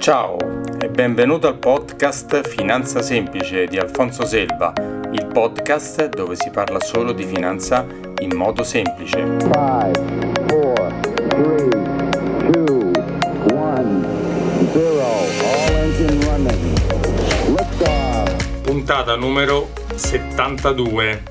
Ciao e benvenuto al podcast Finanza Semplice di Alfonso Selva, il podcast dove si parla solo di finanza in modo semplice. 5, 4, 3, 2, 1, 0, all engine running. Lift off. Puntata numero 72.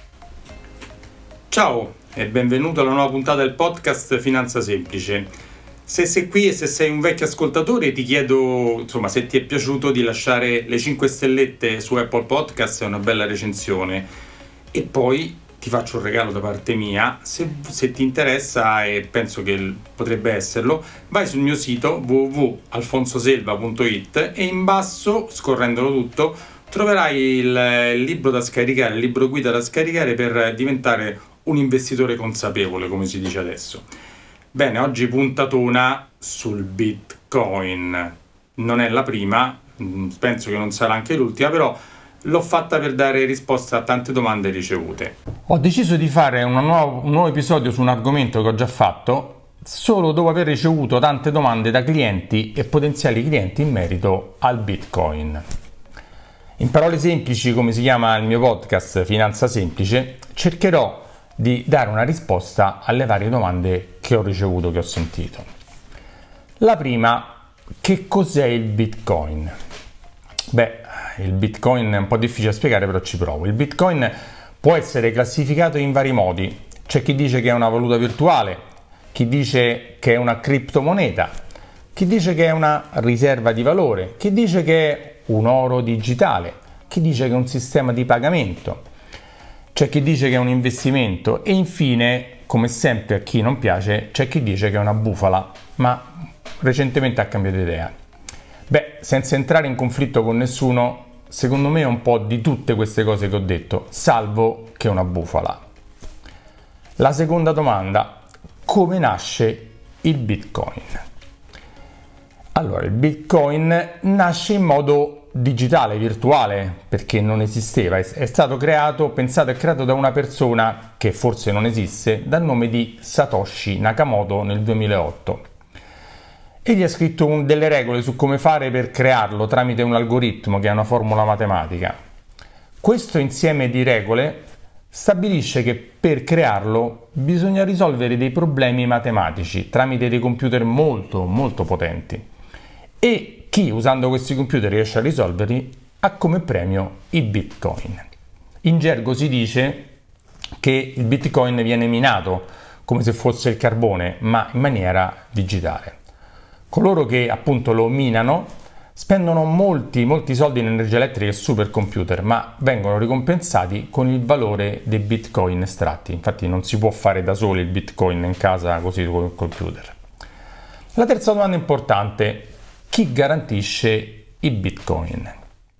Ciao e benvenuto alla nuova puntata del podcast Finanza Semplice. Se sei qui e se sei un vecchio ascoltatore ti chiedo, se ti è piaciuto di lasciare le 5 stellette su Apple Podcast e una bella recensione. E poi ti faccio un regalo da parte mia, se ti interessa e penso che potrebbe esserlo, vai sul mio sito www.alfonsoselva.it e in basso, scorrendolo tutto, troverai il libro da scaricare, il libro guida da scaricare per diventare un investitore consapevole, come si dice adesso. Bene, oggi puntatona sul Bitcoin. Non è la prima, penso che non sarà anche l'ultima, però l'ho fatta per dare risposta a tante domande ricevute. Ho deciso di fare un nuovo episodio su un argomento che ho già fatto solo dopo aver ricevuto tante domande da clienti e potenziali clienti in merito al Bitcoin. In parole semplici, come si chiama il mio podcast Finanza Semplice, cercherò di dare una risposta alle varie domande che ho ricevuto, che ho sentito. La prima, che cos'è il Bitcoin? Il Bitcoin è un po' difficile da spiegare, però ci provo. Il Bitcoin può essere classificato in vari modi. C'è chi dice che è una valuta virtuale, chi dice che è una criptomoneta, chi dice che è una riserva di valore, chi dice che è un oro digitale, chi dice che è un sistema di pagamento. C'è chi dice che è un investimento e infine, come sempre a chi non piace, c'è chi dice che è una bufala, ma recentemente ha cambiato idea. Senza entrare in conflitto con nessuno, secondo me è un po' di tutte queste cose che ho detto, salvo che è una bufala. La seconda domanda, come nasce il Bitcoin? Allora, il Bitcoin nasce in modo digitale, virtuale, perché non esisteva, è stato pensato e creato da una persona che forse non esiste, dal nome di Satoshi Nakamoto nel 2008. Egli ha scritto delle regole su come fare per crearlo tramite un algoritmo che è una formula matematica. Questo insieme di regole stabilisce che per crearlo bisogna risolvere dei problemi matematici tramite dei computer molto molto potenti. E chi usando questi computer riesce a risolverli ha come premio i Bitcoin. In gergo si dice che il Bitcoin viene minato come se fosse il carbone, ma in maniera digitale. Coloro che appunto lo minano spendono molti soldi in energia elettrica e supercomputer, ma vengono ricompensati con il valore dei Bitcoin estratti. Infatti non si può fare da soli il Bitcoin in casa così con il computer. La terza domanda importante: chi garantisce i Bitcoin?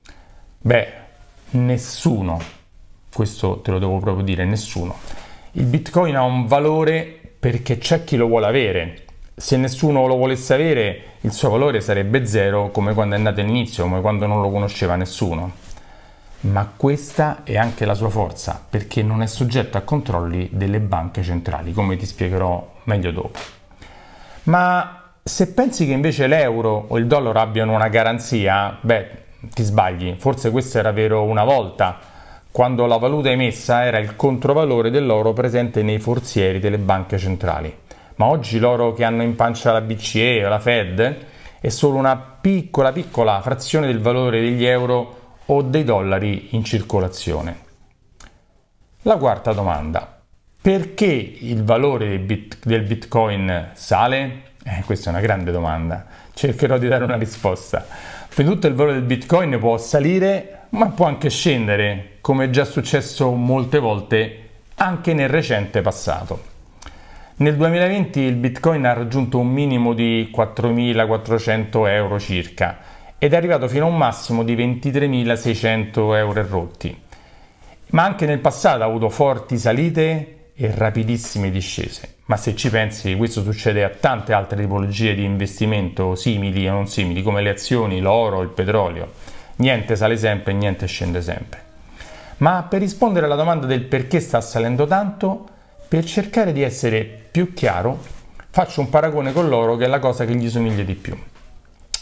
Nessuno. Questo te lo devo proprio dire, nessuno. Il Bitcoin ha un valore perché c'è chi lo vuole avere. Se nessuno lo volesse avere, il suo valore sarebbe zero, come quando è nato all'inizio, come quando non lo conosceva nessuno. Ma questa è anche la sua forza, perché non è soggetto a controlli delle banche centrali, come ti spiegherò meglio dopo. Ma se pensi che invece l'euro o il dollaro abbiano una garanzia, ti sbagli. Forse questo era vero una volta, quando la valuta emessa era il controvalore dell'oro presente nei forzieri delle banche centrali. Ma oggi l'oro che hanno in pancia la BCE o la Fed è solo una piccola frazione del valore degli euro o dei dollari in circolazione. La quarta domanda: perché il valore del Bitcoin sale? Questa è una grande domanda, cercherò di dare una risposta. Prima di tutto il valore del Bitcoin può salire, ma può anche scendere, come è già successo molte volte anche nel recente passato. Nel 2020 il Bitcoin ha raggiunto un minimo di 4.400 euro circa ed è arrivato fino a un massimo di 23.600 euro e rotti. Ma anche nel passato ha avuto forti salite e rapidissime discese. Ma se ci pensi, questo succede a tante altre tipologie di investimento simili o non simili, come le azioni, l'oro, il petrolio. Niente sale sempre, niente scende sempre. Ma per rispondere alla domanda del perché sta salendo tanto, per cercare di essere più chiaro, faccio un paragone con l'oro, che è la cosa che gli somiglia di più.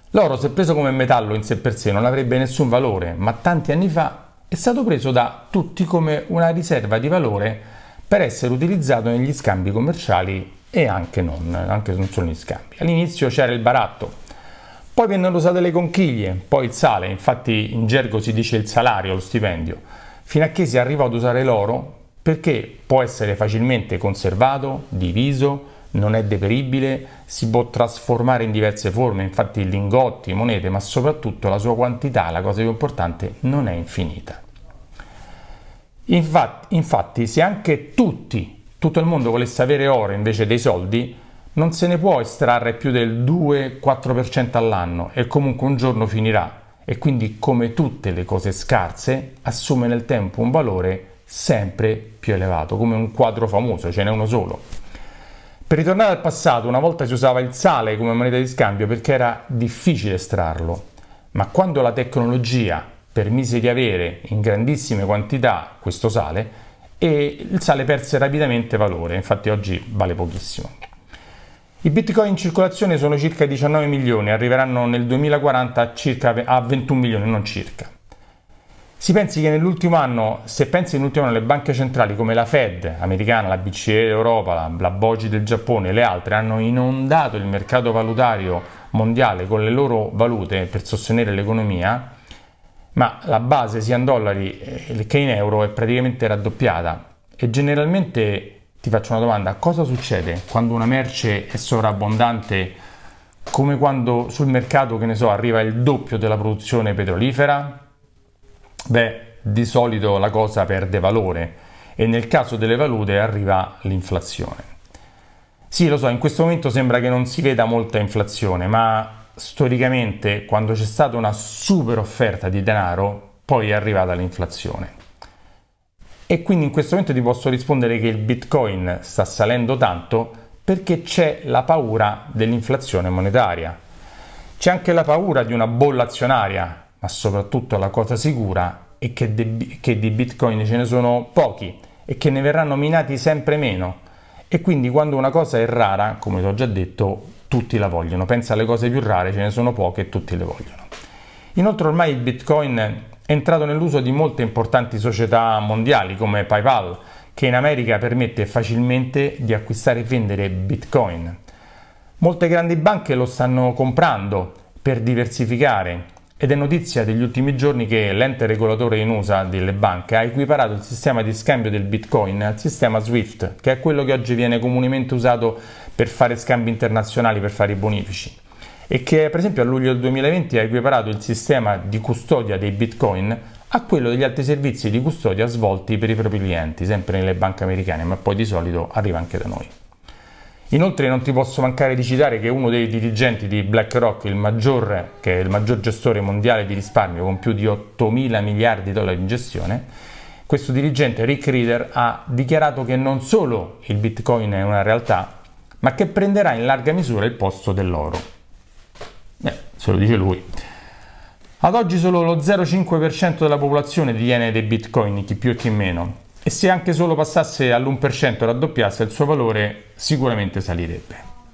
L'oro, se preso come metallo in sé per sé, non avrebbe nessun valore, ma tanti anni fa è stato preso da tutti come una riserva di valore per essere utilizzato negli scambi commerciali e anche non solo negli scambi. All'inizio c'era il baratto, poi vennero usate le conchiglie, poi il sale, infatti in gergo si dice il salario, lo stipendio, fino a che si arrivò ad usare l'oro perché può essere facilmente conservato, diviso, non è deperibile, si può trasformare in diverse forme, infatti lingotti, monete, ma soprattutto la sua quantità, la cosa più importante, non è infinita. Infatti, se anche tutto il mondo volesse avere oro invece dei soldi, non se ne può estrarre più del 2-4% all'anno e comunque un giorno finirà e quindi, come tutte le cose scarse, assume nel tempo un valore sempre più elevato, come un quadro famoso, ce n'è uno solo. Per ritornare al passato, una volta si usava il sale come moneta di scambio perché era difficile estrarlo, ma quando la tecnologia permise di avere in grandissime quantità questo sale, il sale perse rapidamente valore, infatti oggi vale pochissimo. I bitcoin in circolazione sono circa 19 milioni, arriveranno nel 2040 a 21 milioni, non circa. Si pensi che nell'ultimo anno, se pensi nell'ultimo anno, le banche centrali come la Fed americana, la BCE d'Europa, la BOJ del Giappone e le altre hanno inondato il mercato valutario mondiale con le loro valute per sostenere l'economia, ma la base sia in dollari che in euro è praticamente raddoppiata. E generalmente ti faccio una domanda: cosa succede quando una merce è sovrabbondante, come quando sul mercato, che ne so, arriva il doppio della produzione petrolifera? Beh, di solito la cosa perde valore e nel caso delle valute arriva l'inflazione. Sì, lo so, in questo momento sembra che non si veda molta inflazione, ma storicamente quando c'è stata una super offerta di denaro, poi è arrivata l'inflazione. E quindi in questo momento ti posso rispondere che il Bitcoin sta salendo tanto perché c'è la paura dell'inflazione monetaria. C'è anche la paura di una bolla azionaria, ma soprattutto la cosa sicura è che di Bitcoin ce ne sono pochi e che ne verranno minati sempre meno. E quindi quando una cosa è rara, come ti ho già detto, tutti la vogliono. Pensa alle cose più rare, ce ne sono poche e tutti le vogliono. Inoltre ormai il Bitcoin è entrato nell'uso di molte importanti società mondiali come PayPal, che in America permette facilmente di acquistare e vendere Bitcoin. Molte grandi banche lo stanno comprando per diversificare. Ed è notizia degli ultimi giorni che l'ente regolatore in USA delle banche ha equiparato il sistema di scambio del Bitcoin al sistema SWIFT, che è quello che oggi viene comunemente usato per fare scambi internazionali, per fare i bonifici, e che per esempio a luglio del 2020 ha equiparato il sistema di custodia dei Bitcoin a quello degli altri servizi di custodia svolti per i propri clienti, sempre nelle banche americane, ma poi di solito arriva anche da noi. Inoltre non ti posso mancare di citare che uno dei dirigenti di BlackRock, che è il maggior gestore mondiale di risparmio con più di 8.000 miliardi di dollari in gestione, questo dirigente, Rick Rieder, ha dichiarato che non solo il Bitcoin è una realtà, ma che prenderà in larga misura il posto dell'oro. Se lo dice lui. Ad oggi solo lo 0,5% della popolazione detiene dei Bitcoin, chi più e chi meno. E se anche solo passasse all'1% e raddoppiasse, il suo valore sicuramente salirebbe.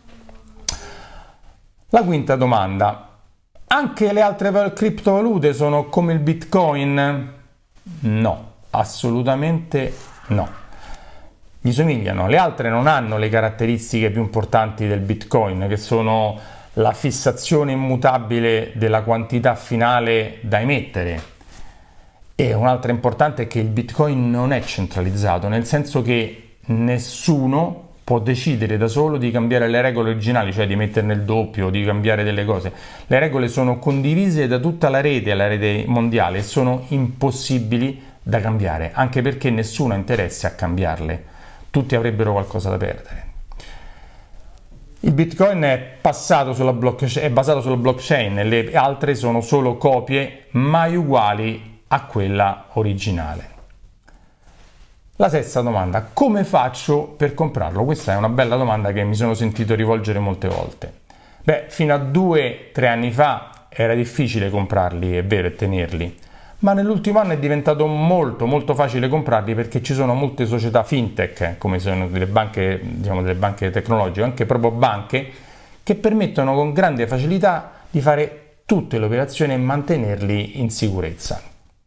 La quinta domanda: anche le altre criptovalute sono come il Bitcoin? No, assolutamente no. Gli somigliano. Le altre non hanno le caratteristiche più importanti del Bitcoin, che sono la fissazione immutabile della quantità finale da emettere. E un'altra importante è che il Bitcoin non è centralizzato, nel senso che nessuno può decidere da solo di cambiare le regole originali, cioè di metterne il doppio, di cambiare delle cose. Le regole sono condivise da tutta la rete mondiale, e sono impossibili da cambiare, anche perché nessuno ha interesse a cambiarle. Tutti avrebbero qualcosa da perdere. Il Bitcoin è basato sulla blockchain, le altre sono solo copie mai uguali a quella originale. La sesta domanda: come faccio per comprarlo? Questa è una bella domanda che mi sono sentito rivolgere molte volte. Beh, fino a 2-3 anni fa era difficile comprarli, è vero, e tenerli, ma nell'ultimo anno è diventato molto facile comprarli perché ci sono molte società fintech, come sono delle banche, delle banche tecnologiche, anche proprio banche, che permettono con grande facilità di fare tutte le operazioni e mantenerli in sicurezza.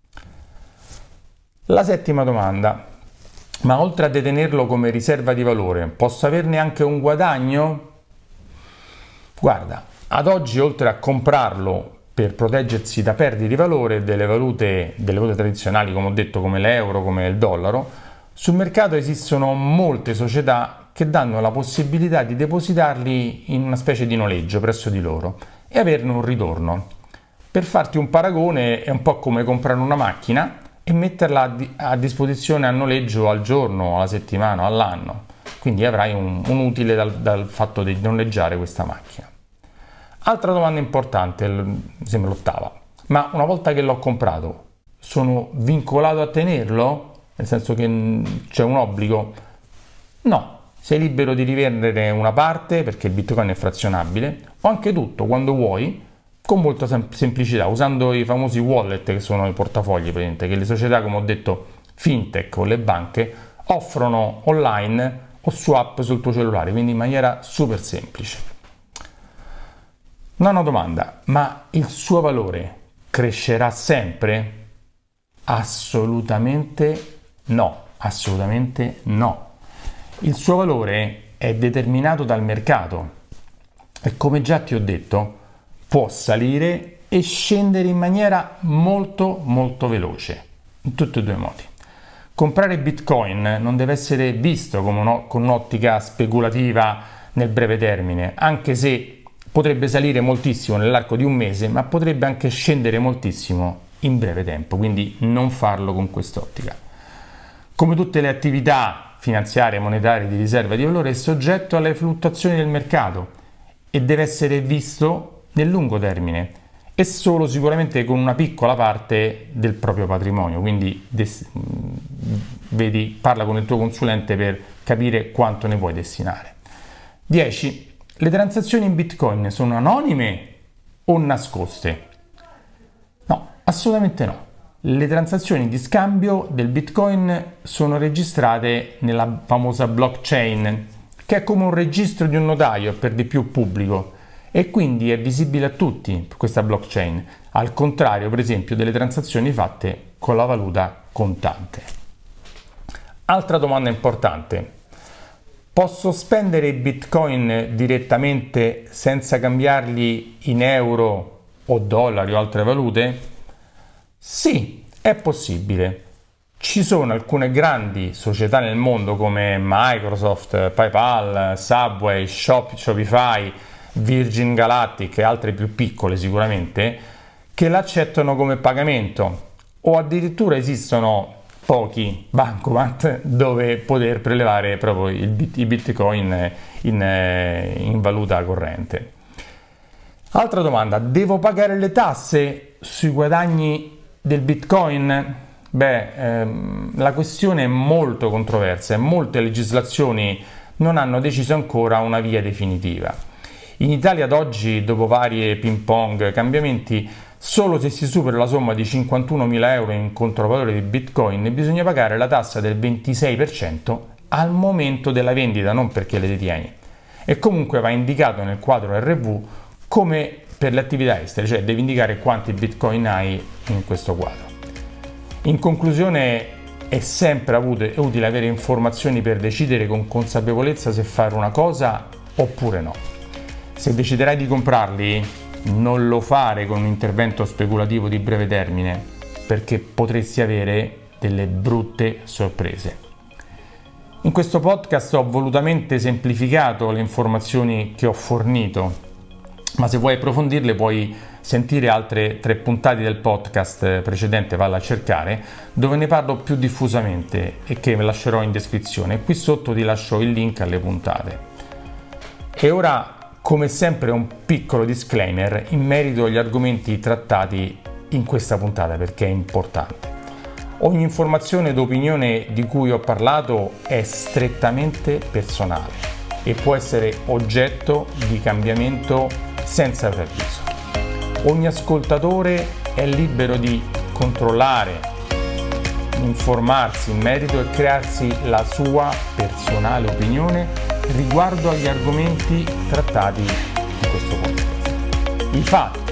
La settima domanda: ma oltre a detenerlo come riserva di valore, posso averne anche un guadagno? Guarda, ad oggi, oltre a comprarlo per proteggersi da perdite di valore delle valute tradizionali, come ho detto, come l'euro, come il dollaro, sul mercato esistono molte società che danno la possibilità di depositarli in una specie di noleggio presso di loro e averne un ritorno. Per farti un paragone, è un po' come comprare una macchina e metterla a disposizione a noleggio al giorno, alla settimana, all'anno. Quindi avrai un utile dal fatto di noleggiare questa macchina. Altra domanda importante, mi sembra l'ottava: ma una volta che l'ho comprato, sono vincolato a tenerlo? Nel senso che c'è un obbligo? No, sei libero di rivendere una parte, perché il Bitcoin è frazionabile, o anche tutto, quando vuoi, con molta semplicità, usando i famosi wallet, che sono i portafogli, che le società, come ho detto, fintech o le banche, offrono online o su app sul tuo cellulare, quindi in maniera super semplice. Nona domanda: ma il suo valore crescerà sempre? Assolutamente no, assolutamente no. Il suo valore è determinato dal mercato e, come già ti ho detto, può salire e scendere in maniera molto molto veloce, in tutti e due i modi. Comprare Bitcoin non deve essere visto come con un'ottica speculativa nel breve termine, anche se potrebbe salire moltissimo nell'arco di un mese, ma potrebbe anche scendere moltissimo in breve tempo, quindi non farlo con quest'ottica. Come tutte le attività finanziarie, monetarie, di riserva di valore, è soggetto alle fluttuazioni del mercato e deve essere visto nel lungo termine e solo sicuramente con una piccola parte del proprio patrimonio, quindi parla con il tuo consulente per capire quanto ne puoi destinare. 10. Le transazioni in Bitcoin sono anonime o nascoste? No, assolutamente no. Le transazioni di scambio del Bitcoin sono registrate nella famosa blockchain, che è come un registro di un notaio, per di più pubblico, e quindi è visibile a tutti questa blockchain, al contrario, per esempio, delle transazioni fatte con la valuta contante. Altra domanda importante: posso spendere i Bitcoin direttamente senza cambiarli in euro o dollari o altre valute? Sì, è possibile. Ci sono alcune grandi società nel mondo come Microsoft, PayPal, Subway, Shopify, Virgin Galactic e altre più piccole sicuramente, che l'accettano come pagamento, o addirittura esistono pochi bancomat dove poter prelevare proprio i Bitcoin in valuta corrente. Altra domanda: devo pagare le tasse sui guadagni del Bitcoin? La questione è molto controversa e molte legislazioni non hanno deciso ancora una via definitiva. In Italia ad oggi, dopo varie ping pong cambiamenti, solo se si supera la somma di 51.000 euro in controvalore di Bitcoin bisogna pagare la tassa del 26% al momento della vendita, non perché le detieni. E comunque va indicato nel quadro RV come per le attività estere, cioè devi indicare quanti Bitcoin hai in questo quadro. In conclusione, è sempre utile avere informazioni per decidere con consapevolezza se fare una cosa oppure no. Se deciderai di comprarli, non lo fare con un intervento speculativo di breve termine, perché potresti avere delle brutte sorprese. In questo podcast ho volutamente semplificato le informazioni che ho fornito, ma se vuoi approfondirle puoi sentire altre 3 puntate del podcast precedente, valla a cercare, dove ne parlo più diffusamente e che lascerò in descrizione. Qui sotto ti lascio il link alle puntate. E ora, come sempre, un piccolo disclaimer in merito agli argomenti trattati in questa puntata, perché è importante. Ogni informazione ed opinione di cui ho parlato è strettamente personale e può essere oggetto di cambiamento senza preavviso. Ogni ascoltatore è libero di controllare, informarsi in merito e crearsi la sua personale opinione riguardo agli argomenti trattati in questo podcast. I fatti,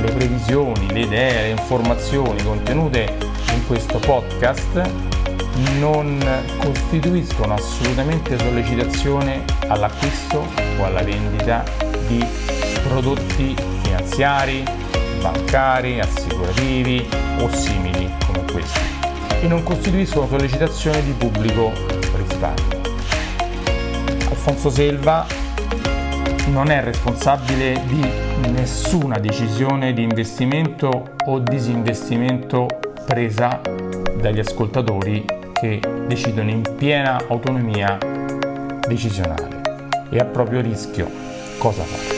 le previsioni, le idee, le informazioni contenute in questo podcast non costituiscono assolutamente sollecitazione all'acquisto o alla vendita di prodotti finanziari, bancari, assicurativi o simili come questi e non costituiscono sollecitazione di pubblico risparmio. Alfonso Selva non è responsabile di nessuna decisione di investimento o disinvestimento presa dagli ascoltatori che decidono in piena autonomia decisionale e a proprio rischio cosa fare.